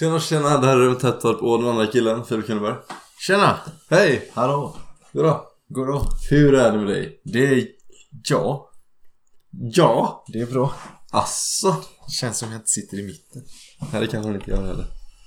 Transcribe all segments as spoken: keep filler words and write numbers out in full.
Tjena, tjena, det här är Tättorp och den andra killen, Filip Kunneberg. Tjena! Hej! Hallå! Goddag! Goddag! Hur är det med dig? Det är... Ja. Ja! Det är bra. Asså? Känns som jag inte sitter i mitten. Nej, det kanske hon inte gör heller.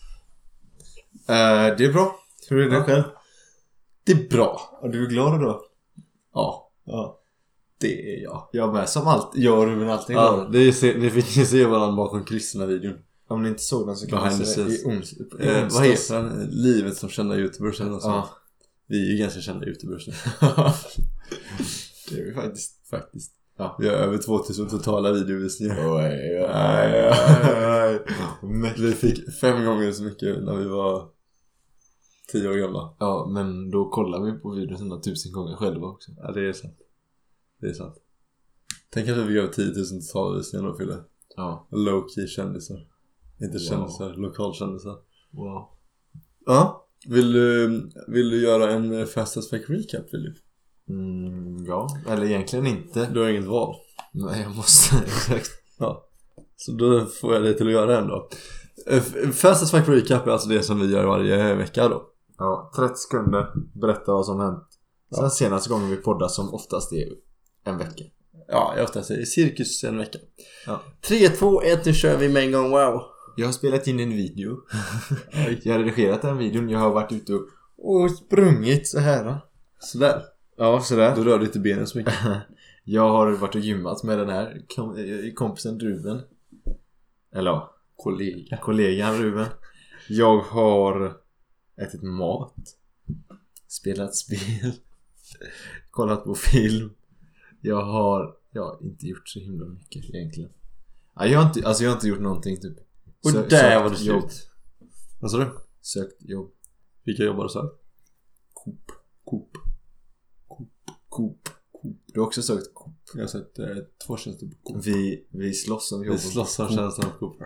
Uh, det är bra. Hur är det ja. själv? Det är bra. Och du är glad då? Ja. Ja. Det är jag. Jag med, som allt. Jag och Ruben alltid ja, glad. det är se, ni fick ju se varandra bakom kristna videon. Om ni inte såg den så kan Behind ni se the i, scenes. ons- eh, onsdags. Vad heter den? Livet som kända youtubers eller något sånt. Ja. Vi är ju ganska kända youtubers nu. Det är vi faktiskt. Faktiskt. Ja. Vi har över tvåtusen totala videovisningar. Oj, oj, oj. Vi fick fem gånger så mycket när vi var tio år gamla. Ja, men då kollar vi på videon sådana tusen gånger själva också. Ja, det är sant. Det är sant. Tänk att vi fick över tio tusen totala visningar då, Fille. Ja. Low-key kändisar. Inte Wow. kändisar, lokalkändisar. Wow. Ja. Vill du, vill du göra en Fast as Fuck recap, Filip? Mm, ja, eller egentligen inte. Du har inget val. Nej, jag måste. Exakt. Ja. Så då får jag dig till att göra en då. Fast as Fuck recap är alltså det som vi gör varje vecka då. Ja, trettio sekunder. Berätta vad som hänt. Sen ja. Senaste gången vi poddar som oftast är en vecka. Ja, jag oftast är cirkus en vecka. Ja. tre, två, ett, nu kör vi med en gång, wow. Jag har spelat in en video. Jag har redigerat den videon. Jag har varit ute och, och sprungit så här. Sådär. Ja, sådär. Du rör inte benen så mycket. Jag har varit och gymmat med den här kom, kompisen Ruben. Eller ja, kollega. kollegan Ruben. Jag har ätit mat. Spelat spel. Kollat på film. Jag har ja, inte gjort så himla mycket egentligen. Ja, jag har inte, alltså jag har inte gjort någonting typ. Och Sö- där var det jobb. slut. Vad sa du? Sökt jobb. Vilka jobbar du så? Coop. Coop. Coop. Coop. Coop. Du har också sökt Coop. Jag har sett eh, två tjänster på Coop. Vi, vi slåss om jobb. Vi slåss om tjänster på Coop.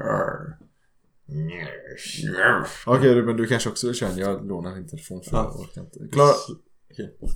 Okej, okay, men du kanske också kör en. Jag lånar din telefon för ja. jag orkar inte. Klara. Okej. Okay.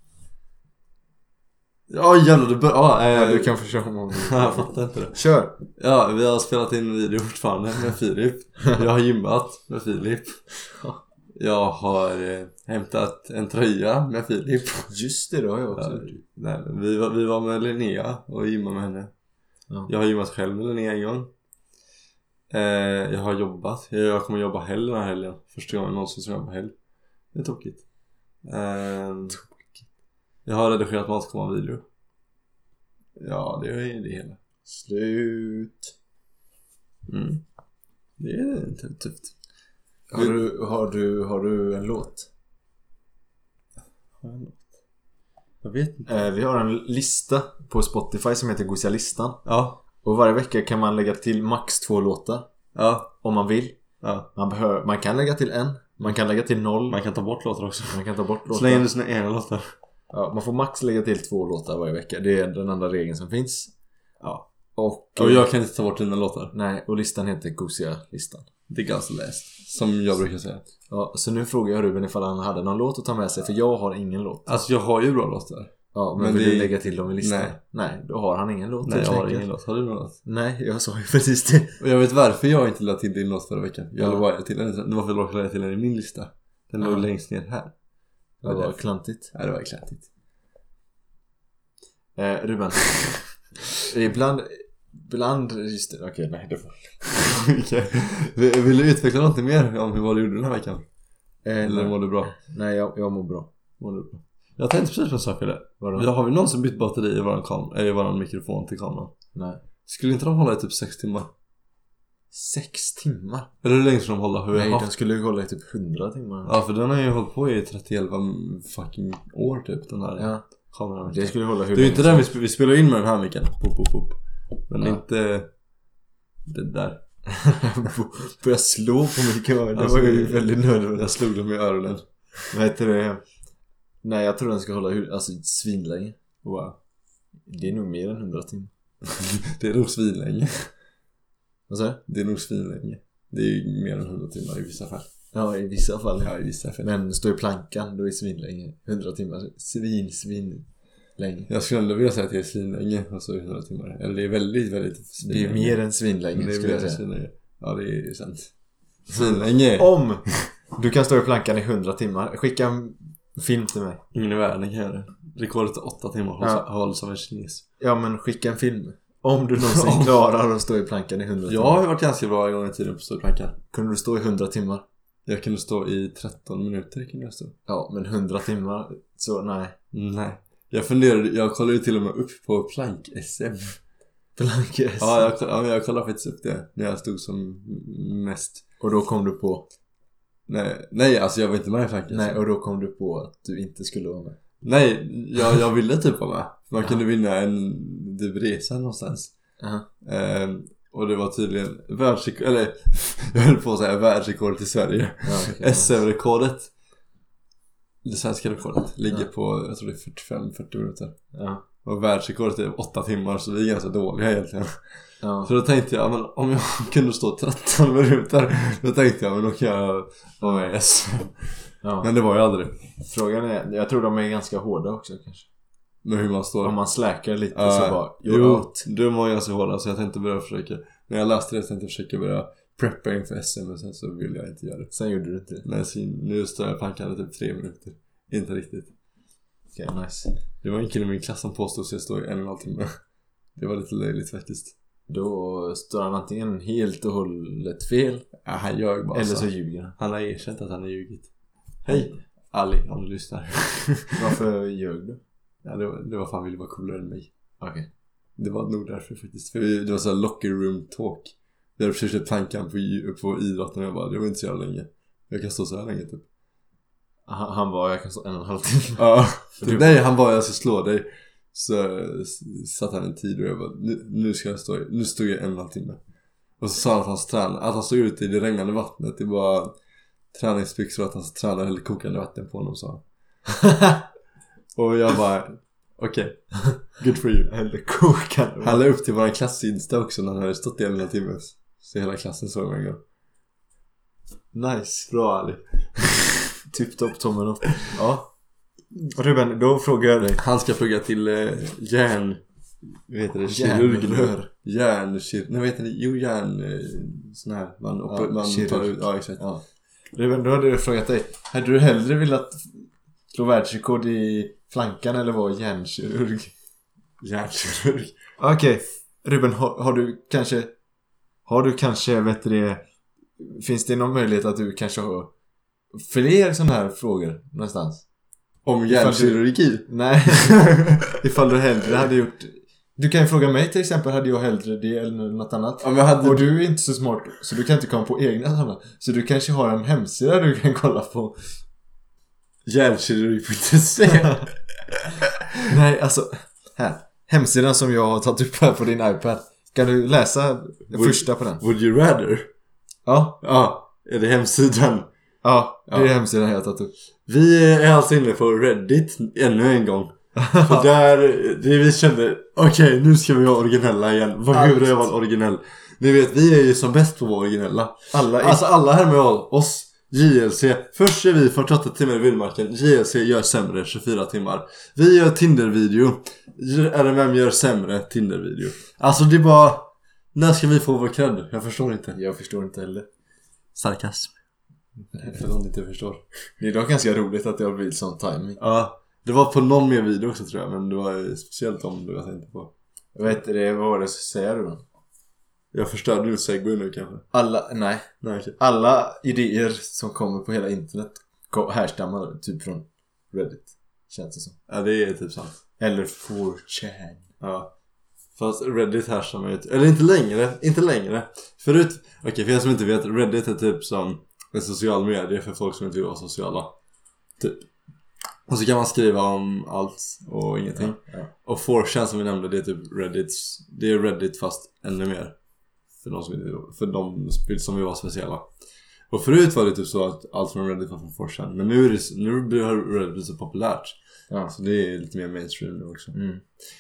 Ja, jävlar, du bör... Ja, äh, ja, du kan försöka om du... Jag fattar inte det. Kör! Ja, vi har spelat in video fortfarande med Filip. Jag har gymmat med Filip. Jag har eh, hämtat en tröja med Filip. Just det, då har jag också ja, nej, men vi, var, vi var med Linnea och gymmade med henne. Ja. Jag har gymmat själv med Linnea en gång. eh, Jag har jobbat. Jag kommer jobba helg den här helgen. Första gången någonsin som jag jobbar helg. Det är tokigt. eh, Jag har redigerat matkomma-video. Ja, det är det hela. Slut. Mm. Det är inte tufft. Har du, har du, har du en låt? Har jag en låt? Jag vet inte. Eh, vi har en lista på Spotify som heter Gosia listan. Ja. Och varje vecka kan man lägga till max två låtar. Ja. Om man vill. Ja. Man, behör, man kan lägga till en. Man kan lägga till noll. Man kan ta bort låtar också. Man kan ta bort låtar. Släng in sina egna låtar. Ja, man får max lägga till två låtar varje vecka. Det är den andra regeln som finns. Ja. Och, och jag kan inte ta bort dina låtar. Nej, och listan heter Gosia-listan. Det är ganska läst. Som jag brukar säga. Ja, så nu frågar jag Ruben ifall han hade någon låt att ta med sig. För jag har ingen låt. Alltså jag har ju bra låtar. Ja, men, men vill det... du lägga till dem i listan? Nej. Nej, då har han ingen låt. Nej, jag har ingen låt. Har du någon låt? Nej, jag sa ju precis det. Och jag vet varför jag inte lade till din låt förra veckan. Jag ja. lade till den. Det var för att jag lade till den i min lista. Den ja. låg längst ner här. Det var, det var klantigt. Ja, det var klantigt. Eh, Ruben. Ibland... Ibland... Just det, okej, okay, nej, det får... okay. Vill du utveckla något mer om hur var du gjorde den här veckan? Eh, Eller mår du bra? Nej, jag, jag mår bra. Mår du bra? Jag tänkte precis på en sak för det. Vadå? Har vi någonsin bytt batteri i våran, kam- äh, i våran mikrofon till kameran? Nej. Skulle inte de hålla i typ sex timmar? Sex timmar? Eller hur länge ska de hålla? Hur Nej, de skulle ju hålla i typ hundra timmar. Ja, för den har ju hållit på i trettioelva fucking år typ, den här ja. kameran. Det skulle hålla hur det är ju inte den vi, sp- vi spelar in med den här micken. Pop, pop, pop. Men ja. Inte det där. Börja slå på micken. Det alltså, var ju väldigt nödvändigt. Jag slog dem i öronen. Vad heter det? Nej, jag tror den ska hålla hur, alltså svinlänge. Wow. Det är nog mer än hundra timmar. Det är nog svinlänge. Vad sa du? Det är nog svinlänge. Det är ju mer än hundra timmar i vissa fall. Ja, i vissa fall. Ja, i vissa fall. Men står i plankan, då är svinlänge. hundra timmar, svin, svin länge. Jag skulle ändå vilja säga att det är svinlänge och så är hundra timmar. Eller det är väldigt, väldigt svinlänge. Det är mer än svinlänge, det är skulle mer jag säga. Svinlänge. Ja, det är sant. Svinlänge. Om du kan stå i plankan i hundra timmar, skicka en film till mig. Ingen i världen kan göra det. Rekordet är åtta timmar Ja. hålls av en kines. Ja, men skicka en film. Om du någonsin klarar att stå i plankan i hundra timmar. Jag har varit ganska bra en gång i tiden på att stå i plankan. Kunde du stå i hundra timmar? Jag kunde stå i tretton minuter kunde jag stå. Ja, men hundra timmar, så nej. Nej. Jag funderade, jag kollade ju till och med upp på plank-S M. Plank-S M? Ja, jag, ja, jag kollade faktiskt upp det när jag stod som mest. Och då kom du på... Nej, nej alltså jag var inte med i plank-S M. Nej, och då kom du på att du inte skulle vara med. Nej, jag, jag ville typ vara med. Man Ja. kunde vinna en typ resa någonstans. Uh-huh. Ehm, och det var tydligen världsrekord, eller jag höll på att säga världsrekordet i Sverige. Ja, okay. S M-rekordet, det svenska rekordet, ligger Ja. på, jag tror det är fyrtiofem till fyrtio minuter. Ja. Och världsrekordet är åtta timmar, så vi är ganska dåliga egentligen. Ja. Så då tänkte jag, men om jag kunde stå tretton minuter, då tänkte jag, men då kan jag vara med i S M. Ja. Men det var ju aldrig. Frågan är, jag tror de är ganska hårda också kanske. Med hur man står. Om man släkar lite Uh, så bara, jo, you're out. du var ganska hårda, så jag tänkte börja försöka. När jag läste det tänkte jag försöka börja preppa inför S M, men sen så ville jag inte göra det. Sen gjorde du inte det. Nej, så nu står jag plankade typ tre minuter. Inte riktigt. Okej, okay, nice. Det var en kille i min klass som påstod sig stå i en och en halv timme. Det var lite löjligt faktiskt. Då står han antingen helt och hållet fel, Ja, han ljög bara. eller så så ljuger han. Han har erkänt att han har ljugit. Hej, Ali, om du lyssnar. Varför ljög du? Ja, det var, det var fan ville vara coolare än mig. Okej. Okay. Det var nog därför faktiskt. För vi, det var så här locker room talk. Vi hade försökt plankan på, på idrotten och jag bara, det var inte så jävla länge. Jag kan stå så här länge typ. Han, han var, jag kan stå en och en halv timme. Ja, typ, nej han bara, jag ska slå dig. Så satt han en tid och jag bara, nu, nu ska jag stå i, nu stod jag en och en halv timme. Och så sa han att han tränade, att han stod ute i det regnande vattnet. Det var träningsbyxor och att han tränade eller kokande vatten på honom, sa han. Och jag bara, okej, okay. Good for you. Eller kokande. Han la upp till våran klassinsta också när han hade stått i en och en halv timme. Så hela klassen såg mig en gång. Nice. Bra Ali. Typ topp tummen upp. Ja. Och Ruben, då frågar jag dig. Han ska plugga till eh, järn, vad heter det, kirurg. Järnrör. Järnkirurg. Nej, vad heter det? Jo, järn eh, sån här man, Ja, man kirurg. tar ut. Ja, exakt. Ja. Ruben, då hade jag frågat dig. Hade du hellre velat slå världsrekord i flankan eller vara järnkirurg? Järnkirurg. Okej. Okay. Ruben, har, har du kanske Har du kanske, vet du det, finns det någon möjlighet att du kanske har fler sådana här frågor någonstans? Om järnkirurgi? Du, nej. Ifall du hellre hade gjort. Du kan ju fråga mig till exempel, hade jag hellre det eller något annat? Ja, men hade... Och du är inte så smart, så du kan inte komma på egna sådana. Så du kanske har en hemsida du kan kolla på. Järnkirurg punkt se. Nej, alltså här, hemsidan som jag har tagit upp här på din iPad. Kan du läsa den would, första på den? Would you rather? Ja. Ja, är det hemsidan? Ja, det är ja. hemsidan jag har tagit upp. Vi är alltså inne på Reddit ännu en gång. För där, det vi kände, okej, okay, nu ska vi vara originella igen. Vad hur är jag originell? Ni vet, vi är ju som bäst på att vara originella. Alla är... Alltså alla här med oss, J L C. Först är vi fyrtioåtta timmar i vildmarken. J L C gör sämre tjugofyra timmar. Vi gör Tinder-video. R M M gör sämre Tinder-video. Alltså det är bara, när ska vi få vår cred? Jag förstår inte. Jag förstår inte heller. Sarkasm. För de inte förstår. Det är dock ganska roligt att det har blivit sån timing. Ja, det var på någon mer video också tror jag. Men det var speciellt om du jag tänkte på. Jag vet inte, vad var det så säger du då? Jag förstörde ju segway nu kanske. Alla, nej. nej okay. Alla idéer som kommer på hela internet härstammar typ från Reddit. Känns det som. Ja, det är typ sant. Eller four chan. Ja. Fast Reddit härstammar ju. Eller inte längre. Inte längre. Förut, okej okay, för jag som inte vet, Reddit är typ som en social medie för folk som inte vill vara sociala. Typ. Och så kan man skriva om allt och ingenting. Ja, ja. Och four chan som vi nämnde, det är typ Reddits. Det är Reddit fast ännu mer. För de som, för de som vill vara speciella. Och förut var det typ så att allt från Reddit var från four chan. Men nu är det, nu blir Reddit så populärt. Ja. Så det är lite mer mainstream nu också. Mm.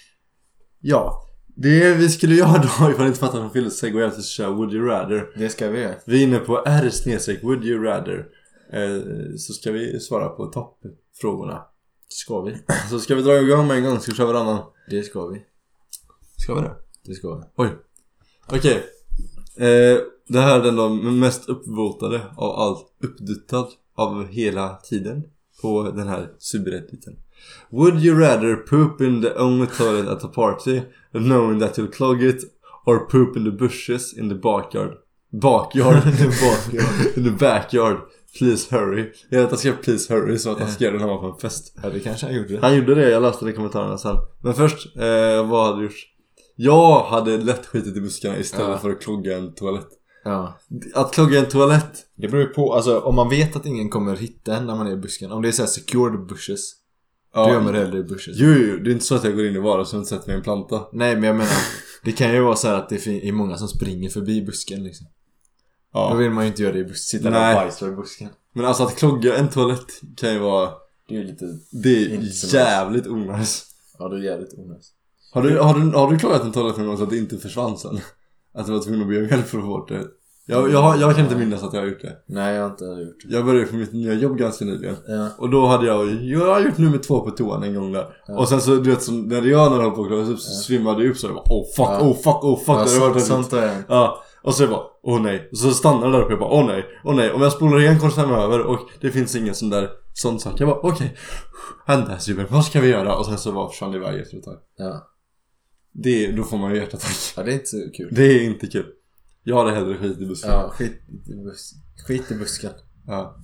Ja, det vi skulle göra då, ifall ni inte fattar från Philips segway, att vi ska köra Would You Rather. Det ska vi göra. Vi är inne på R snedstreck Would You Rather. eh, Så ska vi svara på toppfrågorna. Ska vi? Så ska vi dra igång med en gång, ska vi köra varannan? Det ska vi. Ska vi det? Det ska vi. Oj. Okej. okay. eh, det här är den de mest uppvotade av allt, uppduttad av hela tiden på den här subredditen. Would you rather poop in the only toilet at a party knowing that you'll clog it, or poop in the bushes in the backyard? Backyard? backyard. In the backyard. Please hurry. Jag vet att han skrev please hurry så att han skrev den här på en fest. Ja, det kanske han gjorde. Han gjorde det, jag läste det i kommentarerna sen. Men först, eh, vad hade du gjort? Jag hade lätt skitit i buskarna istället ja. för att klogga en toalett. Ja. Att klogga en toalett, det beror ju på, alltså om man vet att ingen kommer hitta en när man är i busken. Om det är så här secured bushes, ja. Då gör man hellre i bushes. Jo, jo, det är inte så att jag går in i vardagsrummet och sätter mig en planta. Nej, men jag menar, det kan ju vara så här att det är många som springer förbi busken liksom. Ja. Då vill man ju inte göra det i busken, sitta där och bajsa i busken. Men alltså att klogga en toalett kan ju vara, det är lite, det är jävligt onödigt. Ja, det är jävligt onödigt. Har du, har du, har du kloggat en toalett någon gång så att det inte försvann sen? Att du var tvungen att be om hjälp för att få bort det? Jag, jag, jag kan inte minnas att jag har gjort det. Nej, jag har inte gjort det. Jag började för mitt nya jobb ganska nyligen. Ja. Och då hade jag, jag har gjort nummer två på toan en gång där. Ja. Och sen så, du vet, så, när jag när jag höll på att klogga så ja. svimmade jag upp så jag bara, oh fuck, ja. oh fuck, oh fuck. Ja, det så, sånt har jag. Ja. Och så jag bara, åh nej. Och så stannade jag där uppe och jag bara, åh nej, åh nej. Om jag spolar igen kommer jag över och det finns ingen sån där sån sak. Jag bara, okej, hända super, vad ska vi göra? Och sen så var försvann det iväg efter ett tag. Ja. Det, då får man ju hjärtattack. Ja, det är inte så kul. Det är inte kul. Jag hade hellre skit i busken. Ja, skit i, bus- skit i busken. Ja.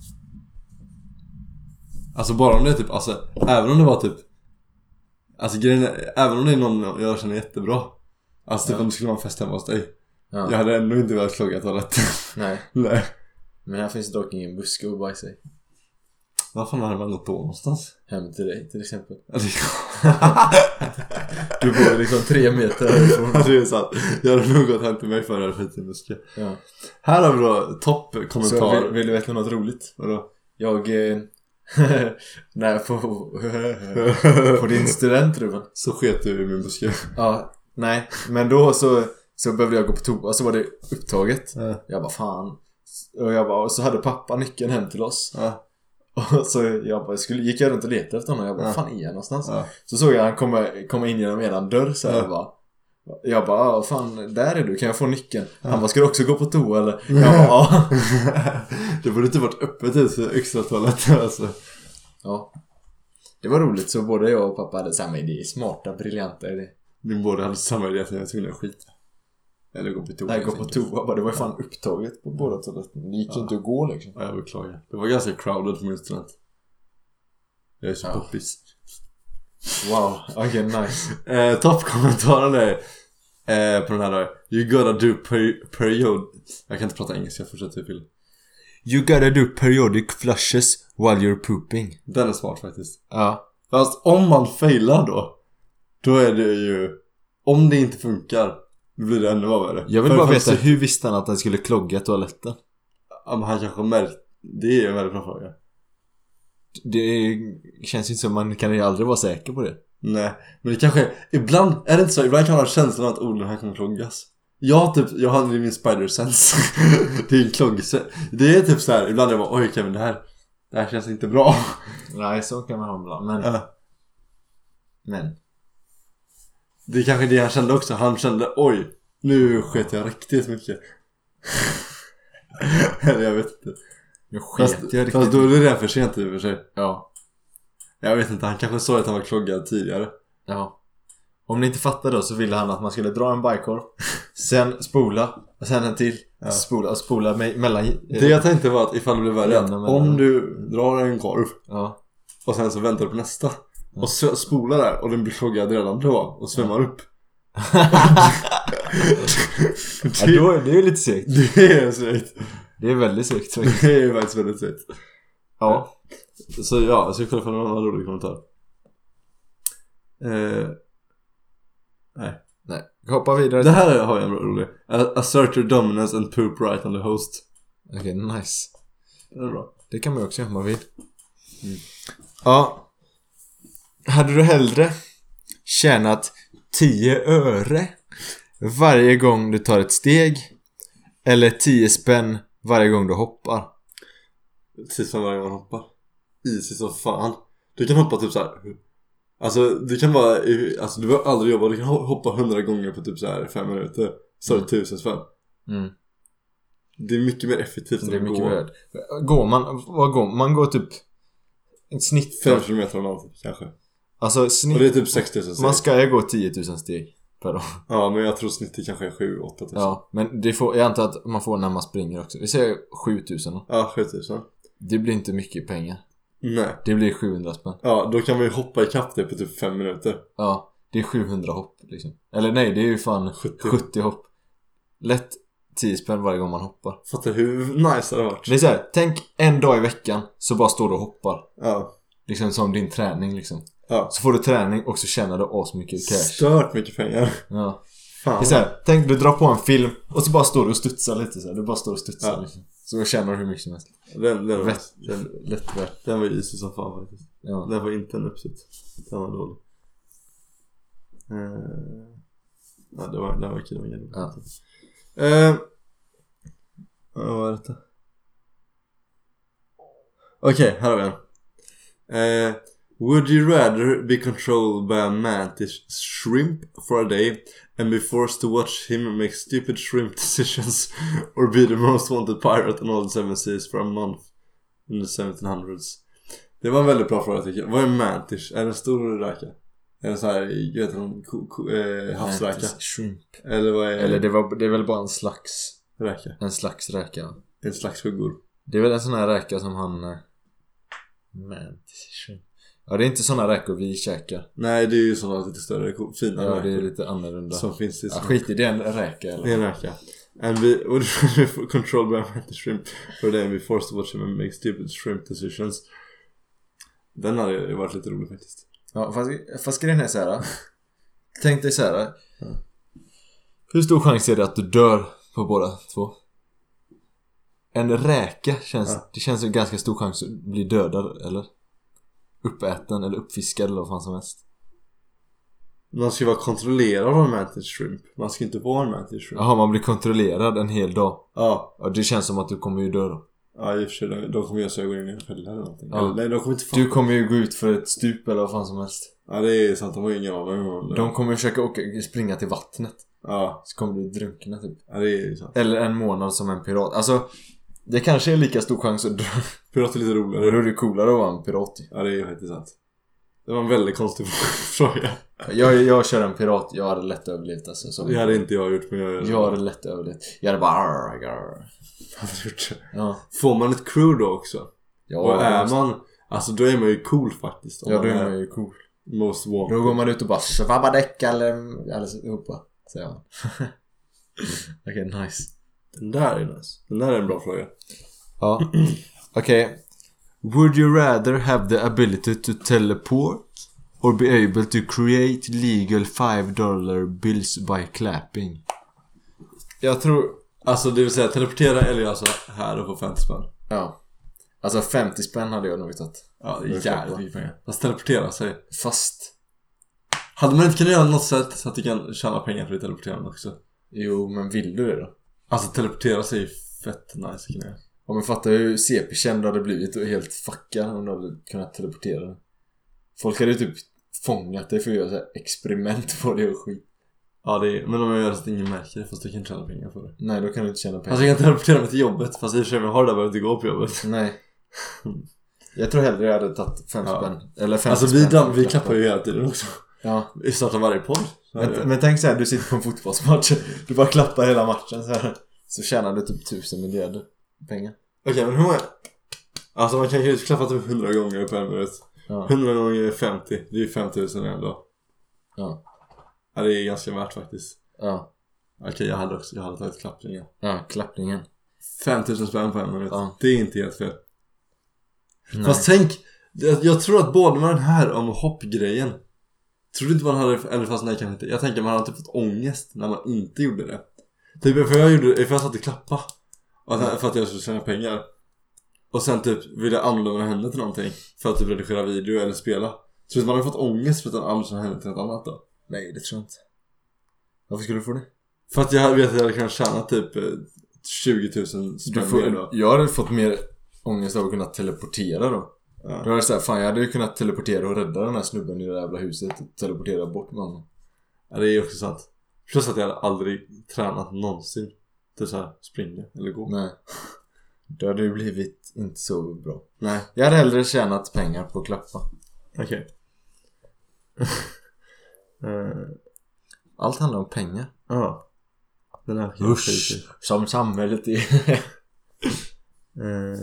Alltså bara om det är typ, alltså även om det var typ, alltså grejen är, även om det är någon jag känner jättebra. Alltså typ ja. om det skulle vara en fest hemma hos dig. Ja. Jag hade ändå inte velat klogga toaletten. Nej. Nej. Men här finns dock ingen buske att bajsa i. Vad fan hade man gått på någonstans? Hem till dig till exempel. Du bor liksom tre meter härifrån. Ja, det är sant. Jag hade nog gått hem till mig för att skita i buske. Ja. Här har vi då toppkommentar. Så vill, vill du veta något roligt? Vadå? Jag... Eh, nej, på, på din student, Ruben. Så sket du i min buske. Ja, nej. Men då så, så behövde jag gå på toa. Så var det upptaget. Ja. Jag bara, fan. Och jag bara, och så hade pappa nyckeln hem till oss. Ja. Och så jag bara, skulle, gick jag runt och letade efter honom. Jag bara, ja. fan är jag någonstans? Ja. Så såg jag han komma, komma in genom eran dörr så här, ja. bara. Jag bara, ah, fan, där är du, kan jag få nyckeln? Ja. Han bara, ska du också gå på toa eller? Jag bara, ja. Det borde inte varit öppet ut för extra toaletter alltså. Ja. Det var roligt, så både jag och pappa hade samma idé. Smarta, briljanta idé. Min båda hade samma idé att jag tvingade skita. Eller gå på toa. Nej, gå på toa, bara det var ju fan upptaget på båda toaletten. Det gick ju ja. inte att gå liksom. Ja, jag beklagar. Det var ganska crowded på min student. Jag är så ja. poppis. Wow, okej, okay, nice. eh, Toppkommentaren är eh, på den här då. You gotta do per- period. Jag kan inte prata engelska, jag fortsätter till. You gotta do periodic flushes while you're pooping. Den är smart faktiskt. Ja. Fast om man failar då, då är det ju, om det inte funkar, då blir det ännu värre. Jag vill för bara veta, hur visste han att den skulle klogga toaletten? Ja, men han kanske märkt. Det är en väldigt bra fråga. Det känns inte som man kan ju aldrig vara säker på det. Nej, men det kanske, ibland är det inte så, ibland kan man ha känslan att orden här kommer kloggas. Jag typ, jag hade min spider sense. Det är en kloggse. Det är typ så här, ibland är jag bara, oj Kevin, det här det här känns inte bra. Nej, så kan man ha ibland, men uh. men det är kanske det han kände också. Han kände, oj, nu sket jag riktigt mycket. Eller jag vet inte. Jag sket fast, jag riktigt. Fast då är det redan för sent i och för sig. Ja. Jag vet inte, han kanske såg att han var kloggad tidigare. Ja. Om ni inte fattar då, så ville han att man skulle dra en bajkorv, sen spola, och sen en till, ja. spola och spola me- mellan. Det jag tänkte var att ifall det blir värre, att om du drar en korv, ja. och sen så väntar du på nästa, ja. och så spolar där, och den blir kloggad redan då och svämmar upp. det, ja, då är det ju lite segt. Det är segt. Det är väldigt segt. Det är faktiskt väldigt segt. Ja. Så ja, jag ska kolla för någon annan rolig kommentar. Eh, nej. Nej. Hoppa vidare. Det här har jag en rolig. Assert your dominance and poop right on the host. Okej, okay, nice. Det är bra. Det kan man ju också göra om man vill. Mm. Ja. Hade du hellre tjänat tio öre varje gång du tar ett steg, eller tio spänn varje gång du hoppar? tio spänn varje gång du hoppar. Easy så fan. Du kan hoppa typ så här. Alltså du kan vara, alltså du behöver aldrig jobba. Du kan hoppa hundra gånger på typ så här fem minuter. Så är det tusen spänn. Mm. Det är mycket mer effektivt än det är att mycket gå. mer. Går man, vad går man? går typ ett snitt fem kilometer om dagen kanske. Alltså snitt. Och det är typ sex tusen steg. Man ska ju gå tio tusen steg per dag. Ja, men jag tror snittet kanske är sju åtta tusen. Ja, men det får, jag antar att man får när man springer också. Vi säger sju tusen då. Ja, sju tusen. Det blir inte mycket pengar. Nej. Det blir sjuhundra spänn. Ja, då kan man ju hoppa i kapp det på typ fem minuter. Ja, det är sjuhundra hopp liksom. Eller nej, det är ju fan sjuttio, sjuttio hopp. Lätt tio spänn varje gång man hoppar. Fattar hur nice det har varit. Det är så här, tänk en dag i veckan så bara står du och hoppar. Ja. Liksom som din träning liksom. Ja. Så får du träning och så tjänar du asmycket cash. Stört mycket pengar. Ja. Fan. Det är så här, tänk du drar på en film och så bara står du och studsar lite så här. Du bara står och studsar ja. liksom. Så tjänar du hur mycket som helst. Den, den, var, den, lätt värt. Den var ju easy som fan faktiskt. Ja. Den var inte en uppsitt. Den var dålig. Uh, ja, det var, det var kul igen. Ja. Uh, vad var detta? Okej, okay, här har vi en. Uh, would you rather be controlled by a mantis shrimp for a day and be forced to watch him make stupid shrimp decisions, or be the most wanted pirate on all the seven seas for a month in the seventeen hundreds? Det var en väldigt bra fråga tycker jag. Vad är en mantis? Är det en stor räka? Är det så här, jag vet inte, ko, ko, eh, havsräka? Mantis shrimp. Eller vad är Eller det, var, det är väl bara en slags räka? En slags räka. En slags huggor. Det är väl en sån här räka som han eh, mantis shrimp. Ja, det är inte såna räkor vi käkar. Nej, det är ju såna lite större, fina ja, räkor. det är lite annorlunda. Som finns det. Ja, skit i det, är en räka eller? Det är en räka. And we would control by a mantis shrimp for then be forced to watch him and make stupid shrimp decisions. Den hade ju varit lite rolig faktiskt. Ja, fast, fast grejen är så här. Tänk dig så här. Ja. Hur stor chans är det att du dör på båda två? En räka känns, ja. Det känns ju ganska stor chans att bli dödad eller uppäten eller uppfiskad eller vad fan som helst. Man ska vara kontrollerad av en mantis shrimp. Man ska inte vara en mantis shrimp. Jaha, man blir kontrollerad en hel dag. Ja. Ja, det känns som att du kommer ju dö då. Ja, i och för sig, de, de kommer ju så gå in i en fälla eller någonting. Ja. Eller, nej, de kommer inte få... Du kommer ju gå ut för ett stup eller vad fan som helst. Ja, det är sant, de har ingen aning. De kommer försöka åka, springa till vattnet. Ja. Så kommer du drunkna typ. Ja, det är ju sant. Eller en månad som en pirat. Alltså, det kanske är lika stor chans att dö. Pirat är lite roligare. Och då är det coolare att vara en pirat. Ja, det är ju faktiskt sant. Det var en väldigt konstig fråga. Jag, jag kör en pirat, jag hade lätt överlevt alltså, så. Det hade inte jag gjort, men jag... Jag hade lätt överlevt. Jag hade bara arr, arr. hade gjort det. Ja. Får man ett crew då också? Ja, och är man... Alltså då är man ju cool faktiskt. Ja, då är man ju cool. Most wanted. Då går man ut och bara svabadäck eller... Eller ihoppa, säger man. Okej, okay, nice. Den där är nice. Den där är en bra fråga. Ja. Okej. Okay. Would you rather have the ability to teleport or be able to create legal five dollar bills by clapping? Jag tror... Alltså det vill säga teleportera eller alltså här och få femtio spänn. Ja. Alltså femtio spänn hade jag nog tagit. Ja, det är jävligt mycket pengar. Fast teleportera sig. Fast... Hade man inte kunnat göra något sätt så att du kan tjäna pengar för att teleportera också? Jo, men vill du det då? Alltså teleportera sig är fett nice kan jag. Ja, men fattar hur C P-känd hade blivit och helt fuckad om du hade kunnat teleportera. Folk hade ju typ fångat dig för att göra så här experiment på det och skit. Ja, det är, men om jag gör så att ingen märker det, fast du kan tjäna pengar för det. Nej, då kan du inte tjäna pengar. Alltså jag kan teleportera mig till jobbet, fast i och för sig om jag har det där behöver jag inte gå på jobbet. Nej. Jag tror hellre jag hade tagit fem ja. spänn. Eller fem alltså spänn. vi, dam, vi klappar ju hela tiden också. Ja. I starten av varje podd. Men, men tänk så här, du sitter på en fotbollsmatch. Du bara klappar hela matchen så här. Så tjänar du typ tusen miljarder pengar. Okej, okay, men hur många? Alltså man kan ju klappa typ hundra gånger på en minut. Ja. hundra gånger femtio. Det är ju femtusen ändå. Ja. Ja, det är ganska värt faktiskt. Ja. Okej, okay, jag hade också jag hade tagit klappningen. Ja, klappningen. femtusen spänn på en minut. Ja. Det är inte helt fel. Nej. Fast tänk, jag, jag tror att både med den här om hoppgrejen. Tror du inte man hade, eller fast nej kanske inte. Jag tänker man hade inte fått ångest när man inte gjorde det. Typ för jag gjorde, för jag satt och klappa. Och sen, för att jag skulle tjäna pengar. Och sen typ ville jag använda henne till någonting. För att typ redigera video eller spela. Så man hade fått ångest för att använda henne till något annat då. Nej, det tror jag inte. Varför skulle du få det? För att jag vet att jag hade kunnat tjäna typ tjugo tusen spänn mer då. Jag hade fått mer ångest av att kunna teleportera då. Ja. Då hade jag såhär, fan jag hade ju kunnat teleportera och rädda den här snubben i det jävla huset. Och teleportera bort med honom. Ja, det är ju också sant. Plus att jag hade aldrig tränat någonsin inte så här springa eller gå. Nej. Det hade ju blivit inte så bra. Nej. Jag hade hellre tjänat pengar på att klappa. Okej. Okay. uh, Allt handlar om pengar. Ja. Den här Usch, som samhället är. uh,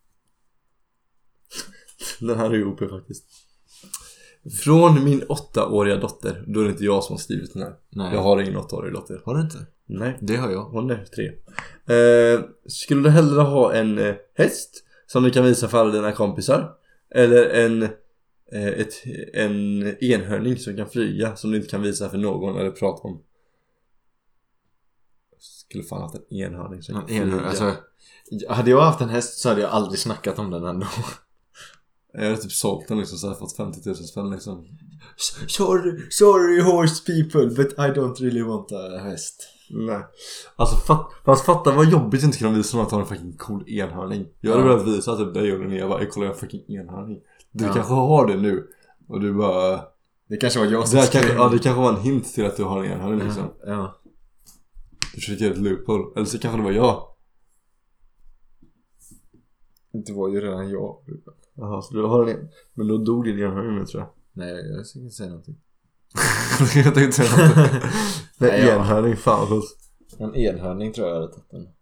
Den här är ju O P faktiskt. Från min åttaåriga dotter. Då är det inte jag som har skrivit den här. Nej. Jag har ingen åttaårig dotter. Har du inte? Nej. Det har jag. Hon är tre. eh, Skulle du hellre ha en eh, häst som du kan visa för alla dina kompisar? Eller en eh, ett, en enhörning som kan flyga, som du inte kan visa för någon eller prata om? Jag skulle fan haft en enhörning som kan En, flyga. alltså, hade jag haft en häst så hade jag aldrig snackat om den ändå. Jag hade typ sålt den liksom, så hade jag fått femtio tusen spänn liksom. Sorry, sorry horse people, but I don't really want a häst. Nej. Alltså fatt, fast fatta vad jobbigt inte kunna visa någon att ha en fucking cool enhörning. Jag hade Ja. velat visa typ dig och Linnea bara, kolla jag har fucking enhörning. Du Ja. kanske har det nu. Och du bara... Det kanske var jag Det som här skrev. kanske, ja, det kanske var en hint till att du har en enhörning liksom. Ja, ja. Du försöker göra ett loophole. Eller så kanske det var jag. Det var ju redan jag. Jaha, så du har en. Men då dog din enhörning nu tror jag. Nej, jag ska inte säga någonting. Jag tänkte säga något. Nej, Nej, ja. enhörning, fan vad. En enhörning tror jag hade tagit den.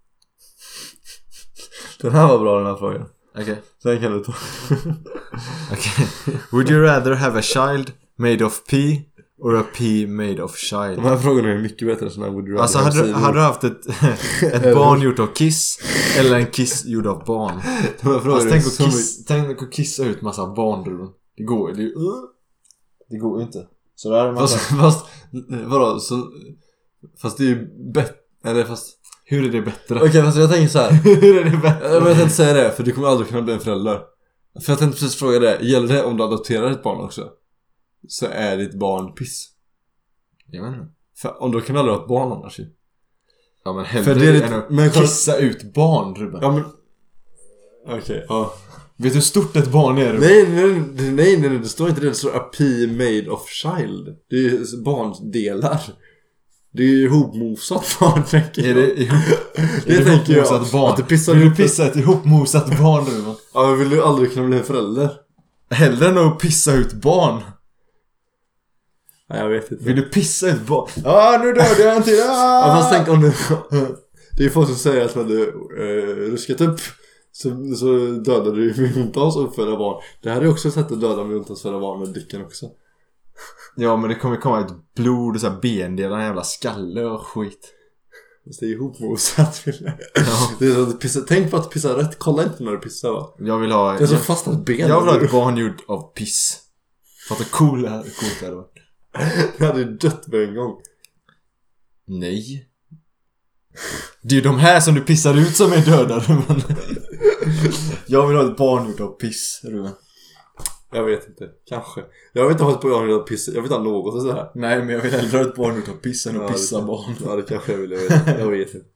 Den här var bra, den här frågan. Okej. Okay. Sen kan du ta. Okej. Okay. Would you rather have a child made of pee or a pee made of child? De här frågorna är mycket bättre än såna här would you rather. Alltså hade du, hade du haft ett, ett barn gjort av kiss eller en kiss gjord av barn? De här frågorna alltså, är tänk, att så kiss, tänk att kissa ut massa barn. Det går det, det går ju inte. Så där är man fast, fast, vadå, så, fast det är ju bättre. Eller fast... Hur är det bättre? Okej, okay, fast jag tänker så här. Hur är det bättre? Jag vill inte säga det, för du kommer aldrig kunna bli en förälder. För jag tänkte precis fråga det. Gäller det om du adopterar ett barn också? Så är ditt barn piss. Jag vet inte. För om du kan aldrig ha ett barn annars ju. Ja, men hellre för det är än lite, att men kissa ut barn, Ruben. Ja, men... Okej, okay, ja. Vet du hur stort ett barn är? Nej, nej, nej, nej, nej, det står inte det. Det står a pea made of child. Det är ju barndelar. Det är ju ihopmosat barn, tänker jag. Är det, ihop, det är det tänker jag. Barn? Att du pissar vill du ut pissa ett ihopmosat barn, Ruben? Ja, men vill du aldrig kunna bli en förälder? Hellre än att pissa ut barn. Nej, jag vet inte. Vill du pissa ut barn? Ja, ah, nu dödade jag en till. Ah! Ja, fast tänk om du... Det är ju folk som säger att när du eh, ruskat upp så, så dödar du ju miljontals uppfödda barn. Det här är också ett sätt att döda miljontals uppfödda barn med dicken också. Ja, men det kommer komma ett blod och så här bendelar, en jävla skalle och skit. Fast det är ihopmosat. Ja. Det är så att du pissar. Tänk på att pissa rätt. Kolla inte när du pissar, va? Jag vill ha... Det är så fast att ben. Jag vill ha ett barn gjort av piss. Fattar cool det här. Coolt det här då. Jag hade ju dött med en gång. Nej. Det är ju de här som du pissar ut som är döda, Ruben. Jag vill ha ett barn gjort av piss, Ruben. Jag vet inte, kanske. Jag vill inte ha ett barn gjort av piss. Jag vill inte ha något och så här. Nej, men jag vill hellre ha ett barn gjort av piss än att Ja, pissa det, barn. Ja, det kanske jag vill. Jag vet, jag vet inte.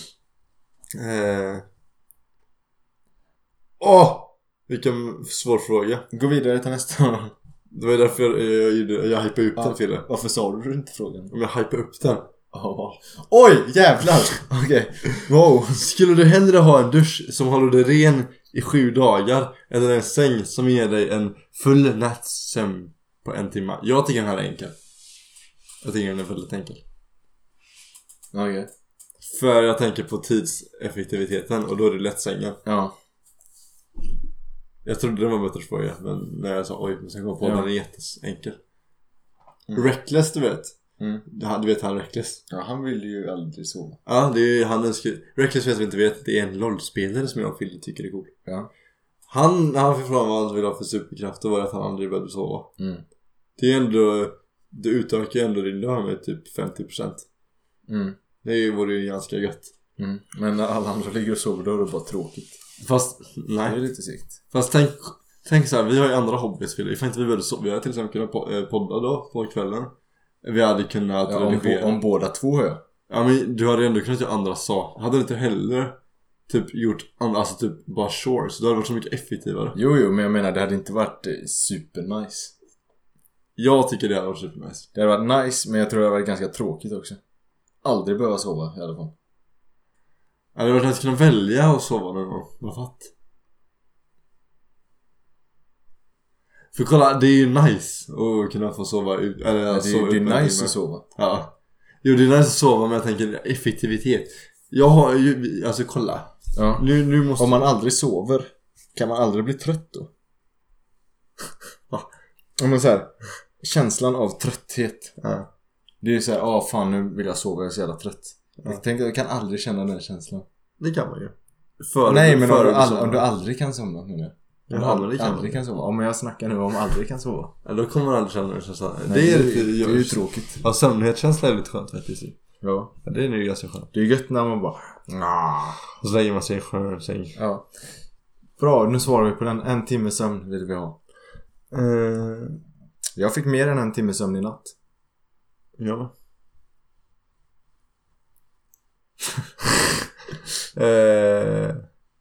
Eh. Åh! Vilken svår fråga. Gå vidare till nästa gång. Det var därför jag, jag, jag, jag hypade upp Ja, den till det. varför sa du inte frågan? Om jag hypade upp den. Oh. Oj, jävlar. Okej, okay. Wow. Skulle du hellre ha en dusch som håller dig ren i sju dagar eller en säng som ger dig en full natts sömn på en timme? Jag tycker den här är enkel. Jag tycker den är väldigt enkel. Okej. Okay. För jag tänker på tidseffektiviteten och då är det lätt sängen. Ja. Jag trodde det var en bättre fråga, men när jag sa oj, men sen kom jag på att ja. den är jätteenkel. Mm. Reckless, du vet. Mm. Du vet han Reckless. Ja, han vill ju aldrig sova. Ja, det är ju han önskar. Reckless, vet vi inte vet, det är en LOL-spelare som jag och Fille tycker är cool. Ja. Han, när han fick fram vad han ville ha för superkraft, då var det att han aldrig behövde sova. Mm. Det är ändå, det utökar ändå din lön med typ femtio procent. Mm. Det vore ju ganska gött. Mm. Men när alla andra ligger och sover, då är det bara tråkigt. Fast, nej. Det är lite sikt. Fast tänk, tänk så här, vi har ju andra hobbys, Fille. Ifall inte vi behövde sova, vi hade till exempel kunnat podda då på kvällen. Vi hade kunnat ja, om, bo, om båda två hör jag. Ja, men du hade ändå kunnat göra andra saker. Hade du inte heller typ gjort andra, alltså typ bara shorts. Det hade varit så mycket effektivare. Jo, jo, men jag menar det hade inte varit eh, super nice. Jag tycker det hade varit super nice. Det hade varit nice, men jag tror det hade varit ganska tråkigt också. Aldrig behöva sova i alla fall. Ja, det var att kunna välja att sova någon gång. Vad fatt? För kolla, det är ju nice att kunna få sova ut. Eller, ja, det, sova det är ut nice att sova. Ja. Jo, det är nice att sova, men jag tänker effektivitet. Jag har ju, alltså kolla. Ja. Nu, nu måste... Om man aldrig sover, kan man aldrig bli trött då? Va? Om man så här, känslan av trötthet. Ja. Det är ju så här, ah fan nu vill jag sova, jag är så jävla trött. Ja. Jag tänker, jag kan aldrig känna den känslan. Det kan man ju. För, Nej, men för om, du all, om du aldrig kan sova, menar jag. Om Ja, du aldrig, kan, aldrig kan sova. Om jag snackar nu om aldrig kan sova. Ja, då kommer man aldrig känna det. Så Nej, det, är det, lite, det är ju tråkigt. Ja, sömnighetskänsla är lite skönt faktiskt. Ja. Ja, det är ju ganska skönt. Det är gött när man bara nah. Och så lägger man sig i en skön säng. Ja. Bra, nu svarar vi på den. En timme sömn vill vi ha. Uh, Jag fick mer än en timme sömn i natt. ja. uh,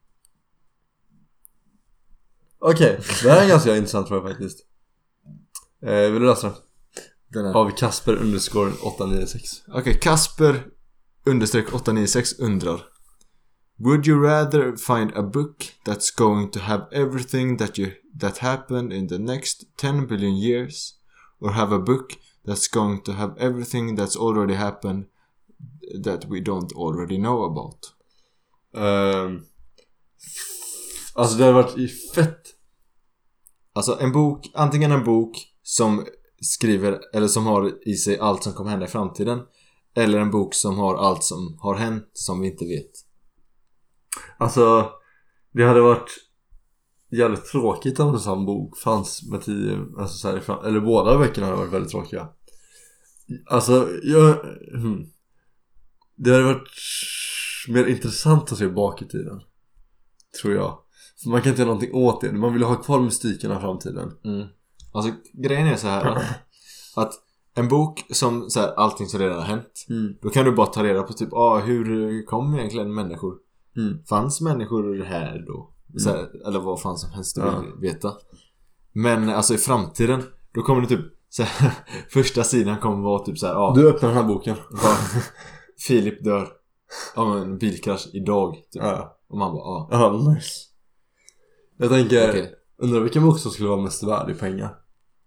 Okej, okay. Det här är ganska intressant tror jag faktiskt. uh, Vill du läsa den? Av Kasper underscore åtta nio sex. Okej, okay, Kasper understreck åtta nio sex undrar: Would you rather find a book that's going to have everything that you that happened in the next ten billion years, or have a book that's going to have everything that's already happened that we don't already know about? Um, alltså det har varit fett. Alltså en bok, antingen en bok som skriver eller som har i sig allt som kommer hända i framtiden, eller en bok som har allt som har hänt som vi inte vet. Alltså det hade varit jävligt tråkigt om en sån bok fanns med tio, alltså så här fram, eller båda böckerna hade varit väldigt tråkiga. Alltså jag, hmm. det hade varit mer intressant att se bak i tiden, tror jag. För man kan inte göra någonting åt det. Man vill ha kvar mystiken av framtiden. Mm. Alltså grejen är så här att, att en bok som så här, allting som redan har hänt, mm. då kan du bara ta reda på typ ah, hur kom egentligen människor? Mm. Fanns människor här då? Så här, mm. Eller vad fan som helst du ja. vill veta. Men alltså i framtiden då kommer det typ så här, första sidan kommer vara typ så här, ah, du öppnar den här boken. Filip dör av en bilkrasch idag typ. Ja. Och man bara ah. Ja, nice. Jag tänker, okay. Undrar vilken bok som skulle vara mest värd i pengar.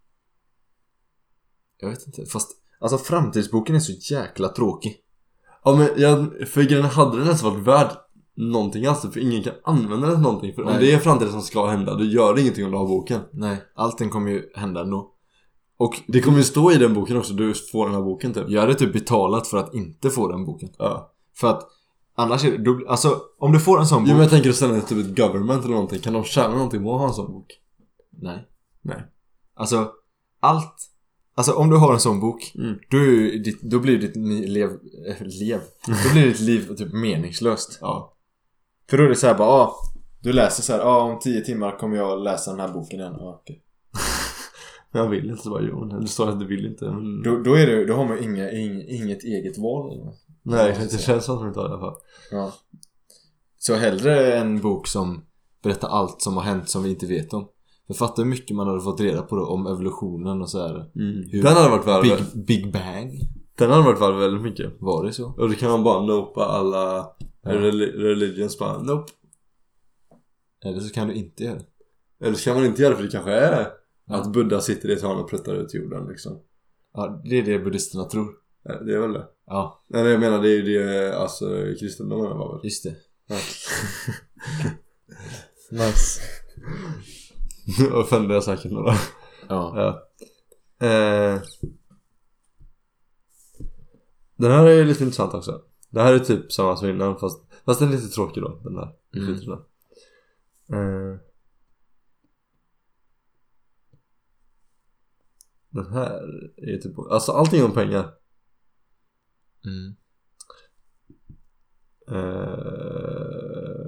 Jag vet inte, fast alltså framtidsboken är så jäkla tråkig. Ja, men jag, för grejen hade den nästan varit värd någonting alltså, för ingen kan använda den till någonting. För Nej. Om det är framtiden som ska hända, då gör det ingenting om du har boken. Nej, allting kommer ju hända ändå. Och det kommer ju stå i den boken också, du får den här boken typ. Jag hade typ betalat för att inte få den boken. Ja. För att annars är det, alltså om du får en sån bok. Jo, men jag tänker istället typ ett government eller någonting. Kan de tjäna någonting på att ha en sån bok? Nej. Nej. Alltså allt. Alltså om du har en sån bok, mm. då, då blir ditt liv, äh, lev, då blir ditt liv typ meningslöst. Ja. För då är det så här bara, ah, du läser så här, ah, om tio timmar kommer jag läsa den här boken igen. Ah, okay. Jag vill inte, så bara jo. Det står att du vill inte. Men... Då, då, är det, då har man inga, ing, inget eget val. Eller? Nej, det känns som att man inte har det i alla fall. Ja. Så hellre en bok som berättar allt som har hänt som vi inte vet om. Jag fattar hur mycket man hade fått reda på då, om evolutionen och så här. Mm. Den hade varit värd. Big, Big Bang. Den hade varit värd väldigt mycket. Var det så? Och det kan man bara nopa alla ja. rel- religions bara nope. Eller så kan du inte göra det. Eller så kan man inte göra det, för det kanske är ja. Att Buddha sitter i ett hörn och pruttar ut jorden liksom. Ja, det är det buddhisterna tror. Ja, det är väl det. Ja. Nej, jag menar det är ju det, alltså kristendomen var väl. Just det. Ja. Nice. Och fällde jag säkert några. Ja, ja. Eh, Den här är lite intressant också. Det här är typ samma som innan, fast, fast den är lite tråkig då, den här mm. eh, Den här är typ, alltså allting om pengar. Mm. eh,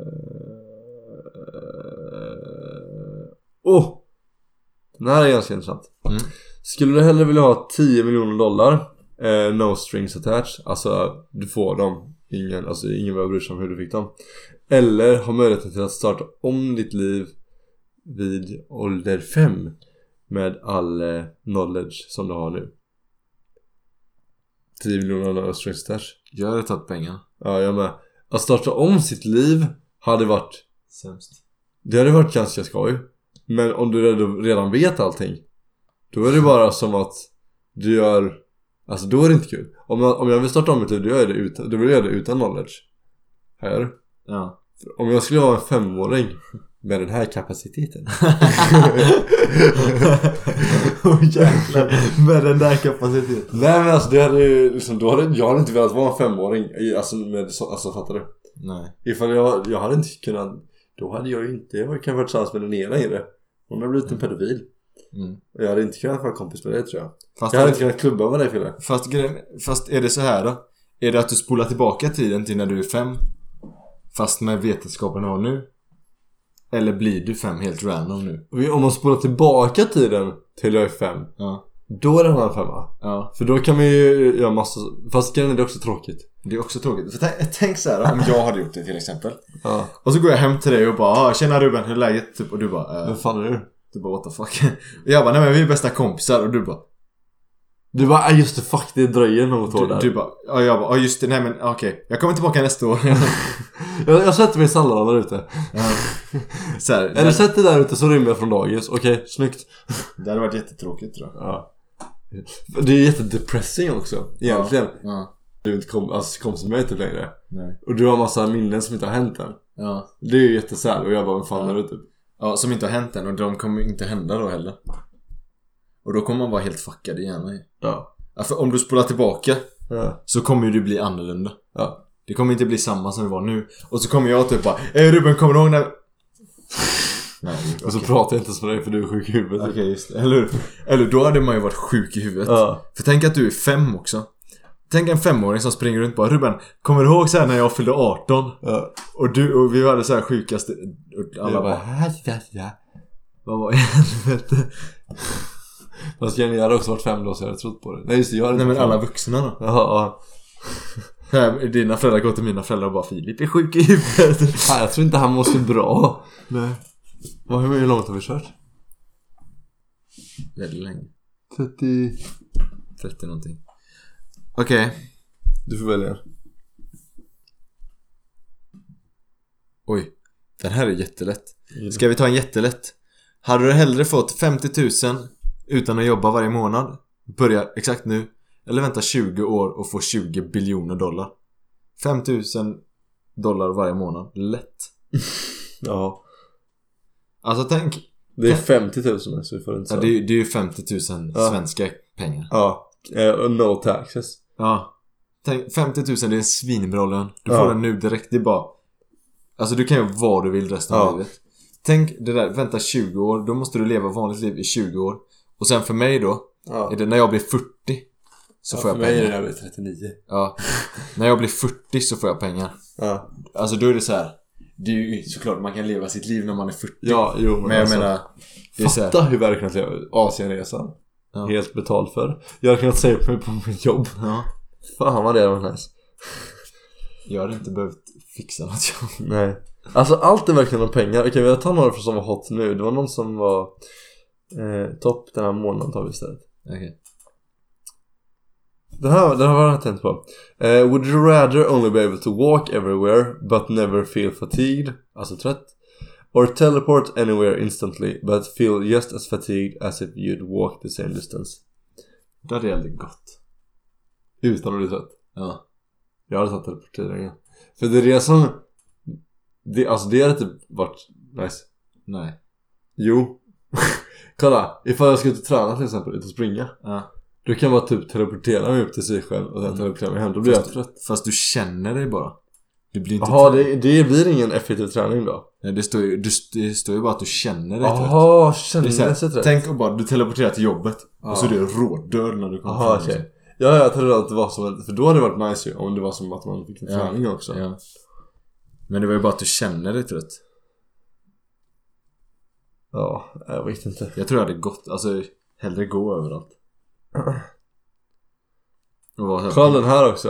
Åh! Oh! Den här är ganska intressant. Mm. Skulle du hellre vilja ha tio miljoner dollar eh, no strings attached, alltså du får dem, ingen, alltså ingen behöver bry sig om hur du fick dem, eller ha möjligheten till att starta om ditt liv vid ålder fem med all eh, knowledge som du har nu? tio miljoner no strings attached. Jag hade tagit pengar. Ja, jag med. att starta om sitt liv hade varit sämst. Det hade varit ganska skoj. Men om du redan vet allting, då är det bara som att du gör, alltså då är det inte kul. Om jag, om jag vill starta om mitt liv, då gör jag det utan, då vill jag göra det utan knowledge. Här. Ja. Om jag skulle vara en femåring med den här kapaciteten. Åh jäklar, med den där kapaciteten. Nej men alltså det hade ju liksom, då hade, jag hade inte velat vara en femåring. Alltså, med, alltså fattar du? Nej. Ifall jag, jag hade inte kunnat, då hade jag ju inte, jag kan vara tillsammans med Linnea längre. Hon har blivit en pedofil. Mm. Och jag hade inte kunnat vara kompis med dig, tror jag. Fast jag hade inte kunnat klubba med dig, Fille. Fast, fast är det så här då? Är det att du spolar tillbaka tiden till när du är fem, fast med vetenskapen har nu? Eller blir du fem helt random nu? Om man spolar tillbaka tiden till jag är fem, ja. Då är det en annan femma. Ja. För då kan man ju göra massa. Fast grejen är det också tråkigt. Det är också tråkigt. För tänk, tänk så här, om jag hade gjort det till exempel. Ja. Och så går jag hem till dig och bara ah, tjena Ruben, hur är läget? Typ, och du bara äh, vem fan är du? Du bara what the fuck. Och jag bara nej men vi är bästa kompisar. Och du bara Du bara ah, just det, fuck, det dröjer något år du, där. Du bara ja jag bara ah, just det, nej men okej okay. Jag kommer tillbaka nästa år. jag, jag sätter mig i salladen där ute. Ja. Så här, eller sätter där ute så rymmer jag från dagis. Okej, okay, snyggt. Det hade varit jättetråkigt, tror jag. Ja. Det är jättedepressing också egentligen. Ja. Ja. Du är inte kom, alltså, kompis med typ längre. Nej. Och du har massa minnen som inte har hänt än. Ja. Det är ju jättesär. Och jag bara, vad fan är ja. det typ? Ja, som inte har hänt än. Och de kommer inte hända då heller. Och då kommer man vara helt fuckad igen. Ja. Ja, för om du spolar tillbaka, ja. så kommer ju du bli annorlunda. Ja. Det kommer inte bli samma som det var nu. Och så kommer jag typ bara eh Ruben, kommer du ihåg när... Nej, okay. Och så pratar jag inte som dig för du är sjuk i huvudet. Okej, okay, just det. Eller, eller då hade man ju varit sjuk i huvudet. Ja. För tänk att du är fem också. Tänk en femåring som springer runt bara Ruben, kommer du ihåg så här när jag fyllde arton? Ja. Och du och vi hade så här sjukaste. Alla jag bara ja, ja. vad var i helvete? Fast jag hade också varit fem då, så jag hade trott på det. Nej just det, jag hade Nej men fem. alla vuxna då. Ja, ja. Dina föräldrar går till mina föräldrar och bara Filip är sjuk i huvudet. Ja, jag tror inte han måste bra. Nej. Vad, hur långt har vi kört? Väldigt länge. trettio trettio någonting. Okej. Okay. Du får välja. Oj. Den här är jättelätt. Ska vi ta en jättelätt? Hade du hellre fått femtio tusen utan att jobba varje månad, börja exakt nu, eller vänta tjugo år och få tjugo biljoner dollar? fem tusen dollar varje månad. Lätt. Ja. Alltså tänk. Det är femtio tusen, så vi får inte så. Ja, det, är, det är ju femtio tusen ja. Svenska pengar. Ja, uh, no taxes. Ja. Tänk, femtio tusen, det är en svinbra lön. Du får ja. den nu direkt, det är bara. Alltså du kan göra vad du vill resten av ja. livet. Tänk det där, vänta tjugo år, då måste du leva vanligt liv i tjugo år. Och sen för mig då, ja. är det när jag blir fyrtio så ja, får jag för pengar. mig är det när jag blir trettionio. Ja. När jag blir fyrtio så får jag pengar. Ja. Alltså då är det så här. Det är ju såklart man kan leva sitt liv när man är fyrtio. Ja, jo, men, men jag alltså, menar det är fatta så här. hur verkligen jag Asienresan. Ja. Helt betalt för. Jag hade kunnat säga upp mig på mitt jobb. Ja. Fan vad det var nice. Jag hade inte behövt fixa något jobb. Nej. Alltså allt är verkligen om pengar. Okej, okay, vi har tagit några som var hot nu. Det var någon som var eh, topp den här månaden tar vi istället. Okej. Okay. Det här, det här var jag tänkt på. uh, Would you rather only be able to walk everywhere but never feel fatigued, alltså trött, or teleport anywhere instantly but feel just as fatigued as if you'd walk the same distance? Det hade aldrig gått. Utan att bli trött? Ja. Jag hade tagit teleporteringen. För det är det som det, alltså det hade typ varit nice. Nej. Jo. Kolla, ifall jag ska ut och träna till exempel, ut och springa. Ja. Då kan man typ teleportera mig upp till sig själv och sen teleportera mig hem. Då blir fast, jag trött. Fast du känner dig bara. Du blir inte Jaha, det, det blir ingen effektiv träning då? Nej, det står ju, det, det står ju bara att du känner dig trött. Jaha, känner sig trött. Tänk och bara, du teleporterar till jobbet. Ja. Och så är det rådörr när du kommer. Jaha, okej. Okay. Ja, jag trodde att det var som en, för då hade det varit nice ju, om det var som att man fick en ja. träning också. Ja. Men det var ju bara att du känner dig trött. Ja, jag vet inte. Jag tror jag hade gått, alltså hellre gå överallt. Kolla den här också.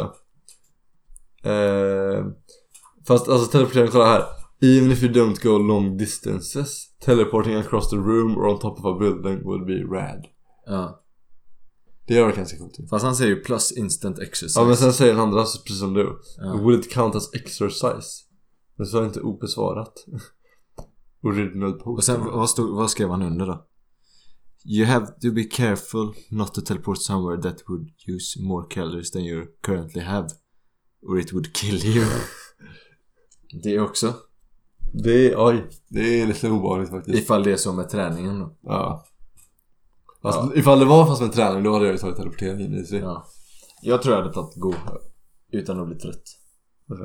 eh, Fast alltså teleportering, kolla här. Even if you don't go long distances, teleporting across the room or on top of a building would be rad. Ja. Det gör det kanske coolt. Fast han säger ju plus instant exercise. Ja, men sen säger den andra precis som du. Ja. Would it count as exercise? Men så är det inte obesvarat. Original post. Och sen vad, stod, vad skrev han under då? You have to be careful not to teleport somewhere that would use more calories than you currently have, or it would kill you. Det också. Det är, oj, det är lite obehagligt faktiskt. Ifall det är så med träningen då. Ja. Fast, ja. Ifall det var fast med träning, då hade jag ju tagit teleportering in i sig. Ja. Jag tror jag hade tagit go utan att bli trött. Okay.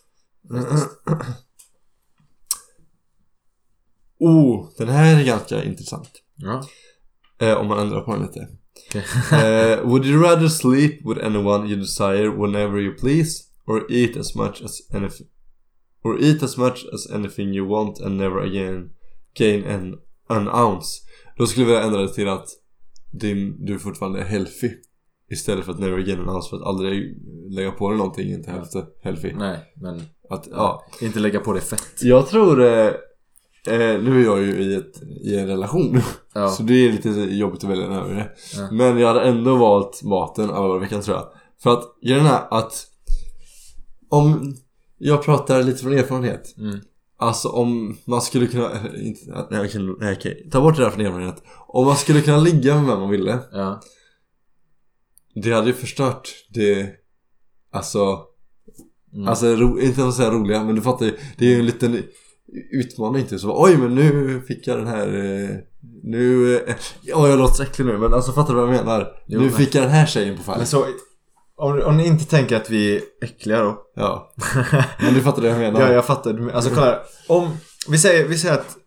Oh, den här är ganska intressant. Ja. eh, Om man ändrar på den lite. Okay. eh, Would you rather sleep with anyone you desire whenever you please, or eat as much as anything Or eat as much as anything you want and never again gain an, an ounce? Då skulle vi ändra det till att din, du fortfarande är healthy, istället för att never again an ounce, för att aldrig lägga på dig någonting, inte hälften healthy. Nej, men att, ja. Inte lägga på dig fett. Jag tror eh, eh, nu är jag ju i, ett, i en relation. Ja. Så det är lite jobbigt att välja den här. Ja. Men jag hade ändå valt maten alla veckan, tror jag. För att grejen är att om jag pratar lite från erfarenhet. Mm. Alltså om man skulle kunna inte, nej, okej, nej, okej. Ta bort det där från erfarenhet. Om man skulle kunna ligga med vem man ville. Ja. Det hade ju förstört det. Alltså mm. Alltså ro, inte att säga roliga, men du fattar ju. Det är ju en liten utmaning inte. Så oj, men nu fick jag den här nu, ja, jag låter äcklig nu, men alltså fattar du vad jag menar? Jo, nu fick jag den här tjejen på fall. Men så Om, om ni inte tänker att vi är äckliga då. Ja. Men du fattar det jag menar. Ja, jag fattar. Alltså kolla här. Om vi säger, vi säger att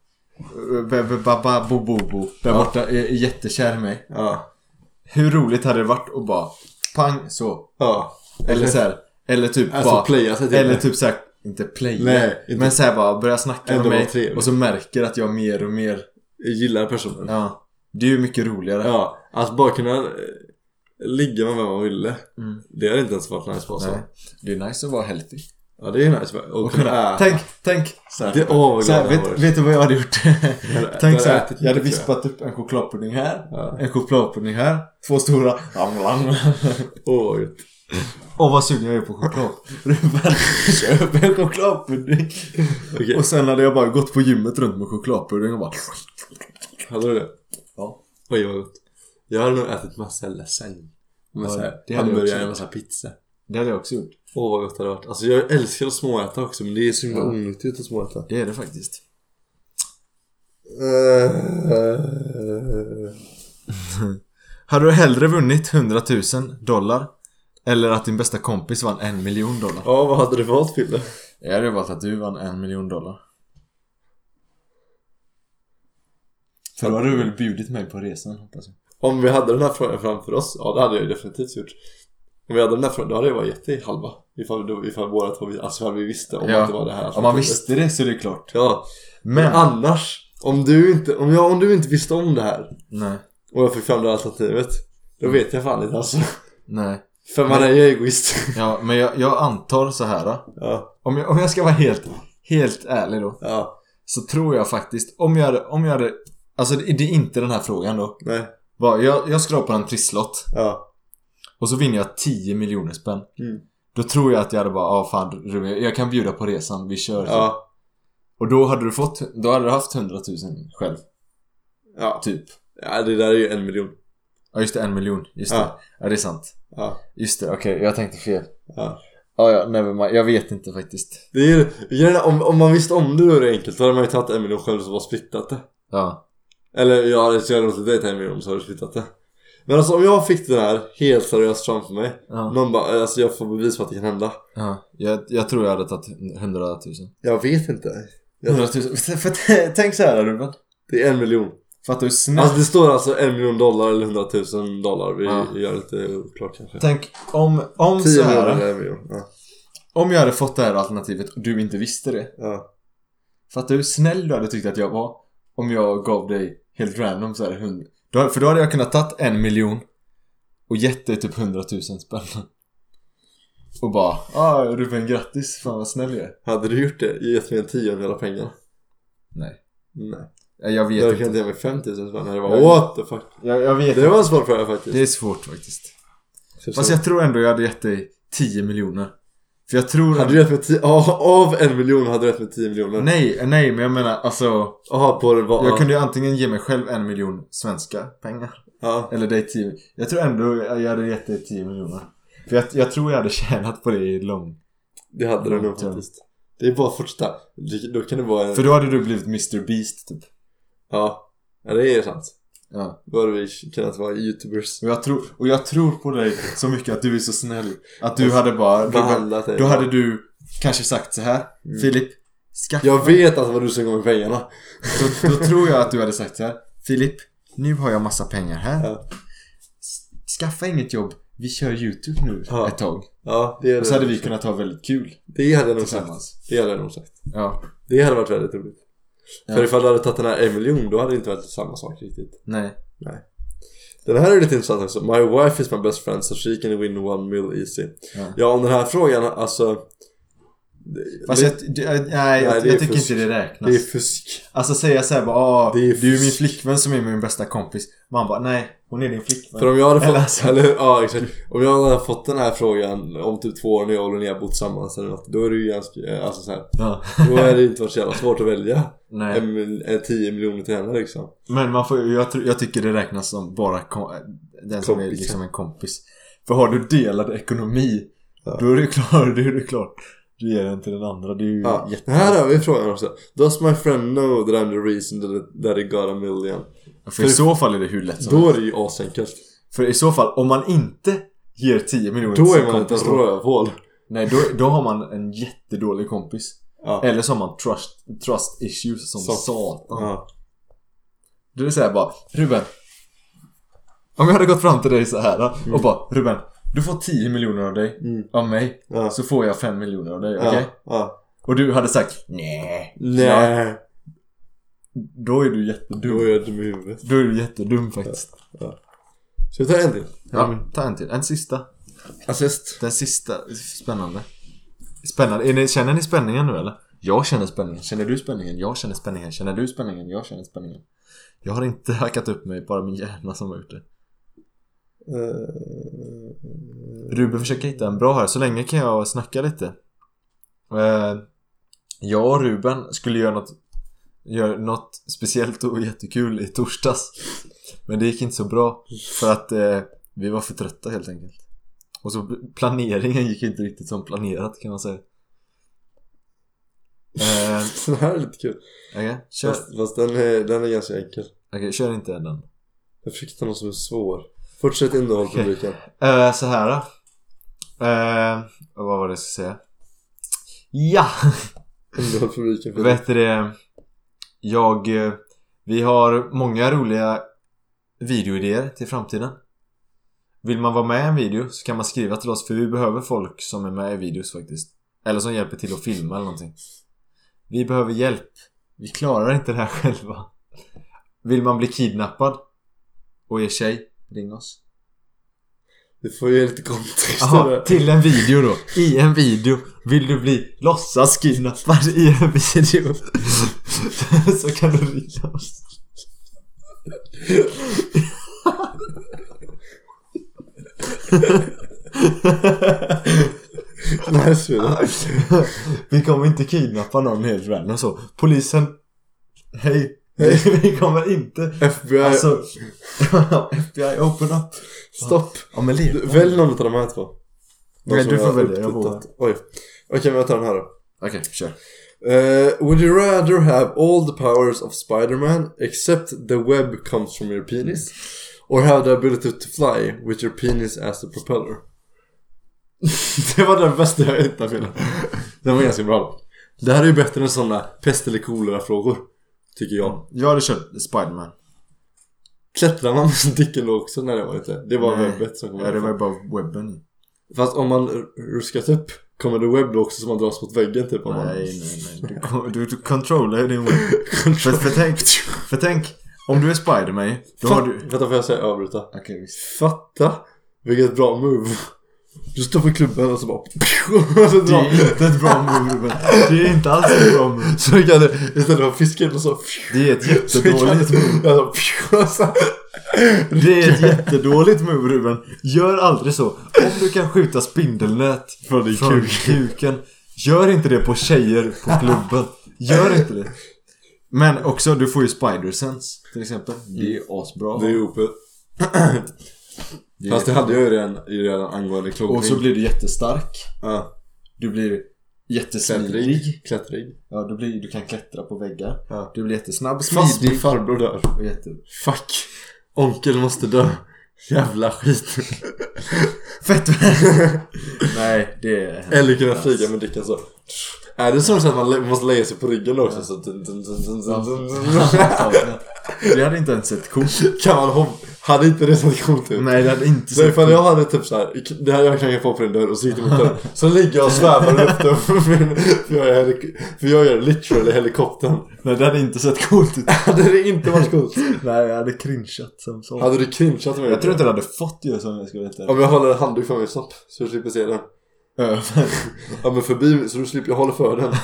Baba Bobo där borta är jättekär i mig. Ja. Hur roligt hade det varit att bara pang så. Ja. Eller så här, eller typ alltså bara playa, så eller typ så här, inte playa. Nej, inte. Men så här bara börja snacka med mig trevligt. och så märker att jag mer och mer gillar personen. Ja. Det är ju mycket roligare. Ja, alltså bara kunna ligga med vem man ville. Mm. Det är inte ens varit nice på så. Nej. Det är nice att vara healthy. Ja, det är nice. Och, och kunna äta. Tänk, tänk så här, det, åh, så här, vet, vet du vad jag hade gjort? Tänk så här, jag hade vispat upp en chokladpudding här, ja. En chokladpudding här, två stora. Åh, oh, oh, vad sugen jag är på choklad. Ruben, köp en chokladpudding. Okay. Och sen hade jag bara gått på gymmet runt med chokladpudding och bara. Hade du det? Ja. Oj, vad gott. Jag hade nog ätit massa lasagne. Med så här hamburgare och massa pizza. Det hade jag också gjort. Åh, oh, vad gott det hade varit. Alltså jag älskar att småäta också, men det är så himla ja. onyttigt att småäta. Det är det faktiskt. Har du hellre vunnit hundratusen dollar eller att din bästa kompis vann en miljon dollar? Ja, vad hade du valt, Fille? Jag hade valt att du vann en miljon dollar. För då hade du väl bjudit mig på resan, hoppas jag. Om vi hade den här frågan framför oss, ja, det hade jag definitivt gjort. Om vi hade den här frågan, då hade det varit jättehalva. Ifall, ifall vårat var vi, alltså ifall vi visste om ja. att det var det här. Om man visste det så är det klart. Ja, men, men annars, om du inte, om jag, om du inte visste om det här. Nej. Och jag fick fram det alternativet, då vet jag fan inte alltså. Nej. För man men, är ju egoist. Ja, men jag, jag antar så här. Ja. Om jag, om jag ska vara helt, helt ärlig då. Ja. Så tror jag faktiskt, om jag hade, om jag hade, alltså det är inte den här frågan då. Nej. Bara, jag, jag skrapar en trisslott. Ja. Och så vinner jag tio miljoner spänn. Mm. Då tror jag att jag hade bara, ja ah, fan Ruben, jag kan bjuda på resan, vi kör. Ja. Och då hade du fått, då hade du haft hundratusen själv. Ja. Typ. Ja, det där är ju en miljon. Ja, just det, en miljon. Just ja. det. Ja, det är sant. Ja. Just det, okej, okay, jag tänkte fel. Ja. Ja, ja, never mind. Jag vet inte faktiskt. Det är ju, om, om man visste om det då är det enkelt. Då hade man ju tagit en miljon själv så var splittat det. Ja. Eller jag hade så gärna låtit dig ta en miljon så hade du splittat det. Men alltså om jag fick det här helt seriöst framför mig. Ja. Någon bara, alltså jag får bevis på att det kan hända. Ja, jag, jag tror jag hade tagit hundratusen. Jag vet inte. Hundratusen. För tänk så här, Ruben. Det är en miljon. Fattar du snabbt? Alltså det står alltså en miljon dollar eller hundratusen dollar. Vi ja. gör lite oklart kanske. Tänk om, om så här. Eller en miljon. Ja. Om jag hade fått det här alternativet och du inte visste det. Ja. Fattar du hur snäll du hade tyckt att jag var? Om jag gav dig helt random så här hund. Då, för då hade jag kunnat tagit en miljon och gett dig typ hundratusen spänn. Och bara, ah Ruben, grattis, fan vad snäll jag är. Hade du gjort det? Gett mig en tionde av pengarna? Nej. Nej. Jag vet jag inte. kan inte ge mig femtusen spänn. Det var what the fuck. Jag, jag vet det var en svår fråga faktiskt. Det är svårt faktiskt. Så Fast så. jag tror ändå jag hade gett dig tio miljoner. För jag tror... Hade du rätt med tio... Oh, av en miljon hade du rätt med tio miljoner. Nej, nej, men jag menar alltså... Aha, på det var... Jag kunde ju antingen ge mig själv en miljon svenska pengar. Ja. Eller dig tio. Jag tror ändå jag hade gett dig tio miljoner. För jag, jag tror jag hade tjänat på det i lång. Det hade du nog faktiskt. Det är bara att fortsätta. Då kan det vara en... För då hade du blivit mister Beast typ. Ja. Ja, det är sant. Ja. Då hade vi kunnat vara YouTubers. Och jag tror, och jag tror på dig så mycket att du är så snäll. Att du hade bara... Behandlat dig. Då hade du kanske sagt så här. Mm. Filip, skaffa... Jag vet alltså vad du ska gå med pengarna. Då, då tror jag att du hade sagt så här. Filip, nu har jag massa pengar här. Ja. Skaffa inget jobb. Vi kör YouTube nu ja. ett tag. Ja, det är det. Och så hade vi kunnat ha väldigt kul. Det hade jag nog sagt. Det hade jag nog sagt. Ja. Det hade varit väldigt roligt. Ja. För ifall du hade tagit den här en miljon, då hade det inte varit samma sak riktigt. Nej. Nej. Den här är lite intressant också. My wife is my best friend, so she can win one mil easy. Ja, ja om den här frågan, alltså... Fast jag, det, nej, nej, jag, jag tycker fusk. Inte det räknas. Det är fusk. Alltså säga såhär bara, ah, det är du är min flickvän som är min bästa kompis. Man bara, nej, hon är din flickvän. För om jag hade fått, eller, alltså. eller, ja, exakt. Om jag hade fått den här frågan om typ två år när jag och Linnea bott tillsammans eller något, då är det ju ganska, alltså så här. Ja. Då är det inte varit så jävla svårt att välja. Nej. En, en tio miljoner till henne liksom. Men man får, jag, jag tycker det räknas som bara kom, den som kompis. Är liksom en kompis. För har du delad ekonomi, ja. Då är du klar, då är du klar. Du ger den till den andra. Det är ju ja. Här har vi frågan också. Does my friend know that I'm the reason that, that he got a million? För, för i så fall är det hur lätt som då är det ju asenkelt. För i så fall, om man inte ger tio miljoner, då är man inte ett rövhål. Nej, då, då har man en jättedålig kompis. Ja. Eller så har man trust, trust issues som så. Satan. Ja. Du vill säga bara, Ruben, om jag hade gått fram till dig så här mm. och bara, Ruben, du får tio miljoner av dig, mm. av mig, ja. Så får jag fem miljoner av dig, okej? Okay? Ja. Ja. Och du hade sagt, nej. Nej. Då är du jättedum. Då är jag dum i huvudet. Då är du jättedum faktiskt. Ja. Ja. Så vi tar en till. Ja, mm. ta en till. En sista. Assist. Den sista, spännande. Spännande. Är ni, känner ni spänningen nu eller? Jag känner spänningen. Känner du spänningen? Jag känner spänningen. Känner du spänningen? Jag känner spänningen. Jag har inte hackat upp mig, bara min hjärna som har gjort det. Uh... Ruben försöker hitta en bra här. Så länge kan jag snacka lite. uh, Jag och Ruben skulle göra något, göra något speciellt och jättekul i torsdags. Men det gick inte så bra. För att uh, vi var för trötta helt enkelt. Och så planeringen gick inte riktigt som planerat, kan man säga. uh, Så det här är lite kul. Okay, kör. Fast, fast den, är, den är ganska enkel. Okej, okay, kör inte den. Jag försöker ta något som är svår. Fortsätt innehåll på publiken. Okay. Uh, så här då. Uh, vad var det jag ska säga? Ja! Innehåll på publiken. Vet du det? Jag... Vi har många roliga videoidéer till framtiden. Vill man vara med i en video så kan man skriva till oss. För vi behöver folk som är med i videos faktiskt. Eller som hjälper till att filma eller någonting. Vi behöver hjälp. Vi klarar inte det här själva. Vill man bli kidnappad och är tjej, ring oss. Du får ju lite kontext. Aha, till en video då. I en video vill du bli låtsas kidnappad i en video. Så kan du ringa oss. Nice. Vi kommer inte kidnappa någon helt random så. Polisen, hej. Nej, vi kommer inte. F B I. Alltså, F B I, open up. Stopp. Ja, men du, välj någon av de här två. Nej, du får välja. Jag vågar. Oj. Okej, okay, men jag tar den här då. Okej, okay, kör. Uh, would you rather have all the powers of Spider-Man except the web comes from your penis? Or have the ability to fly with your penis as the propeller? Det var den bästa jag hittade, Fina. Den var ganska bra. Det här är ju bättre än sådana pest eller kolera frågor, tycker jag. Jag hade kört Spider-Man. Klättrar man med dicken då också? Nej, det var inte. Det var Nej. webbet som kom. Ja, det var bara webben. Fast om man ruskat upp, kommer det webb då också som man dras mot väggen typ? Nej, man... nej, nej. Du, du, du controller din webb. för, för, tänk, för tänk, om du är Spider-Man, då Fatt, har du... Vänta, får jag säga avbryta? Okej, visst. Fatta, vilket bra move. Du står på klubben och så bara... Och så det är inte ett bra move, Ruben. Det är inte alls ett bra move. Så kan det istället för fisken och så... Det är ett jättedåligt move. Det är ett jättedåligt move, Ruben. Gör aldrig så. Om du kan skjuta spindelnät från din från kuk. kuken, gör inte det på tjejer på klubben. Gör inte det. Men också, du får ju spider sense till exempel. Det är asbra. Det är opet. Fast det hade jag ju redan, redan angående klogring. Och så blir du jättestark. Ja. Du blir jättesmidig. Klättrig. Klättrig. Ja, du, blir, du kan klättra på väggar. Ja. Du blir jättesnabb, Fast min smidig. farbror dör. Och jätte... Fuck. Onkel måste dö. Jävla skit. Fett. Nej, det är... Eller kunna flyga med dickan så. Är det så att man måste lägga sig på ryggen också? Så... Det hade inte ens sett coolt. Kan man hoppa? Hade inte det sett coolt ut? Nej, det hade inte sett coolt ut. Jag hade typ så här, det här jag kan få på en dörr och så gick det mot dörren. Så ligger jag och svävar i luften. För jag är, för jag är literally helikoptern. Nej, det hade inte sett coolt ut. Hade det inte varit coolt? Nej, jag hade cringeat som så. Hade du cringeat med? Jag tror inte jag hade fått göra som jag skulle veta. Om jag håller en handduk för mig snabbt så du slipper se den. Ja, ja men förbi så du slipper jag hålla för den.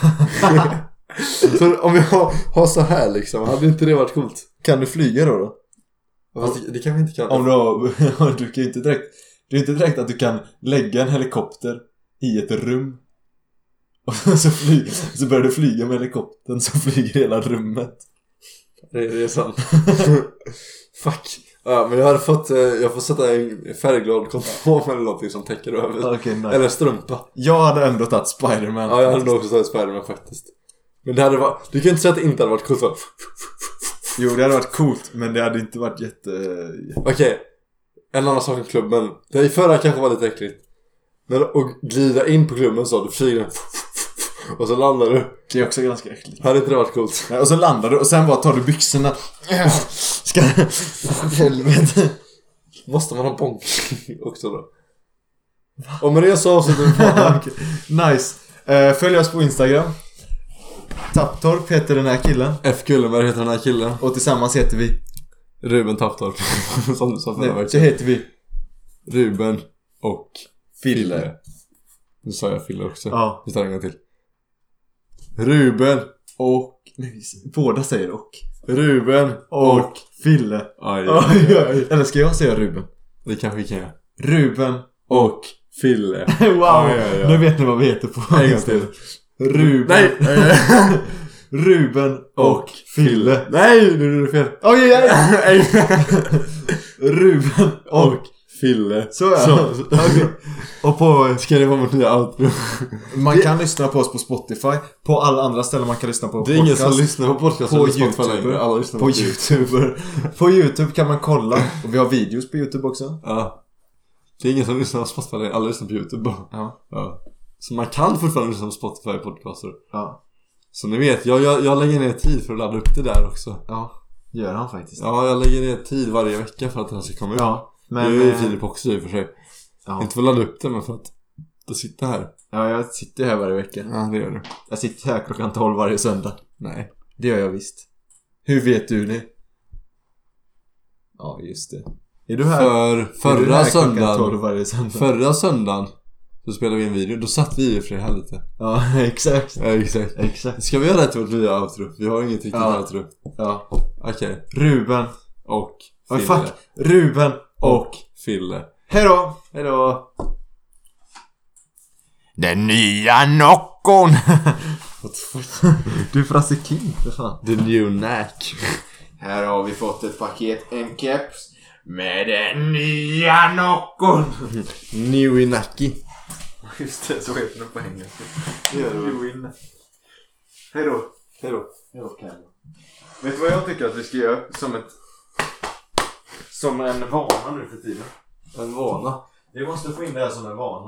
Så om jag har, har så här liksom, hade inte det varit coolt? Kan du flyga då då? Fast det, det kan vi inte kan. Om du har, du kan inte direkt, det är inte direkt att du kan lägga en helikopter i ett rum. Och så, fly, så börjar du flyga med helikoptern så flyger hela rummet. Det, det är sant. Fuck. Ja, men jag hade fått, jag får sätta en färgglad kondom eller någonting som täcker över. Okay, nice. Eller strumpa. Jag hade ändå tagit Spider-Man. Ja, jag hade nog också tagit Spider-Man faktiskt. Men det hade varit, du kan inte säga att det inte hade varit coolt så. Jo, det hade varit coolt, men det hade inte varit jätte... Okej, okay. En annan sak om klubben. Det förra kanske var lite äckligt. Men att glida in på klubben så, du flyger och så landar du. Det är också ganska äckligt. Hade inte det varit coolt? Ja, och så landar du och sen bara tar du byxorna. Ska... Helvete. Måste man ha bonk också då? Om det är så så du får... Nice. Uh, följ oss på Instagram. Tapptorp heter den här killen. F. Kullenberg heter den här killen. Och tillsammans heter vi Ruben Tapptorp. Som du sa förra veckan. Så heter vi Ruben och Fille. Fille. Nu sa jag Fille också. Ja. Vi tar en gång till. Ruben och... Nej, båda säger och. Ruben och, och Fille. Aj, aj, aj. Eller ska jag säga Ruben? Det kanske vi kan göra. Ruben och Fille. Wow, aj, aj, aj. Nu vet ni vad vi heter på. En gång till. Ruben. Nej. Ruben och, och Fille. Nej, nu är det fel. Oj, oj, oj. Ruben och, och Fille. Så ja. Så, så. Okay. Och på... Ska det vara vårt nya outro? Man kan lyssna på oss på Spotify. På alla andra ställen man kan lyssna på. Det är ingen som lyssnar på podcast. På YouTube. Alla lyssnar på, på YouTube. På YouTube kan man kolla. Och vi har videos på YouTube också. Ja. Det är ingen som lyssnar på Spotify. Alla lyssnar på YouTube. Ja. Ja. Så man kan fortfarande lyssna på Spotify podcaster. Ja. Så ni vet, jag, jag, jag lägger ner tid för att ladda upp det där också. Ja, gör han faktiskt. Ja, jag lägger ner tid varje vecka för att det här ska komma ut. Ja. Men, det är ju Filip också i och för sig. Ja. Inte för att ladda upp det, men för att du sitter här. Ja, jag sitter här varje vecka. Ja, det gör du. Jag sitter här klockan tolv varje söndag. Nej. Det gör jag visst. Hur vet du det? Ja, just det. Är du här? För förra du här söndagen tolv varje söndag? Förra söndagen så spelade vi en video. Då satt vi i och för sig här lite. Ja, exakt. Ja, exakt. Exakt. Ska vi göra det till vårt nya outro? Vi har inget riktigt ja. outro. Ja. Okej. Okay. Ruben och Fille. Oh, fuck. Ruben och, och Fille. Hejdå. Hejdå. Den nya Noccon. Du är Frasse King, för fan. The new Nack. Här har vi fått ett paket, en keps med den nya Noccon. New Nacki. Just det, så heter den på engelska. New Hejdå. Hejdå. Hejdå, Kalle. Vet du vad jag tycker att vi ska göra som ett som en vana nu för tiden? En vana? Vi måste få in det här som en vana.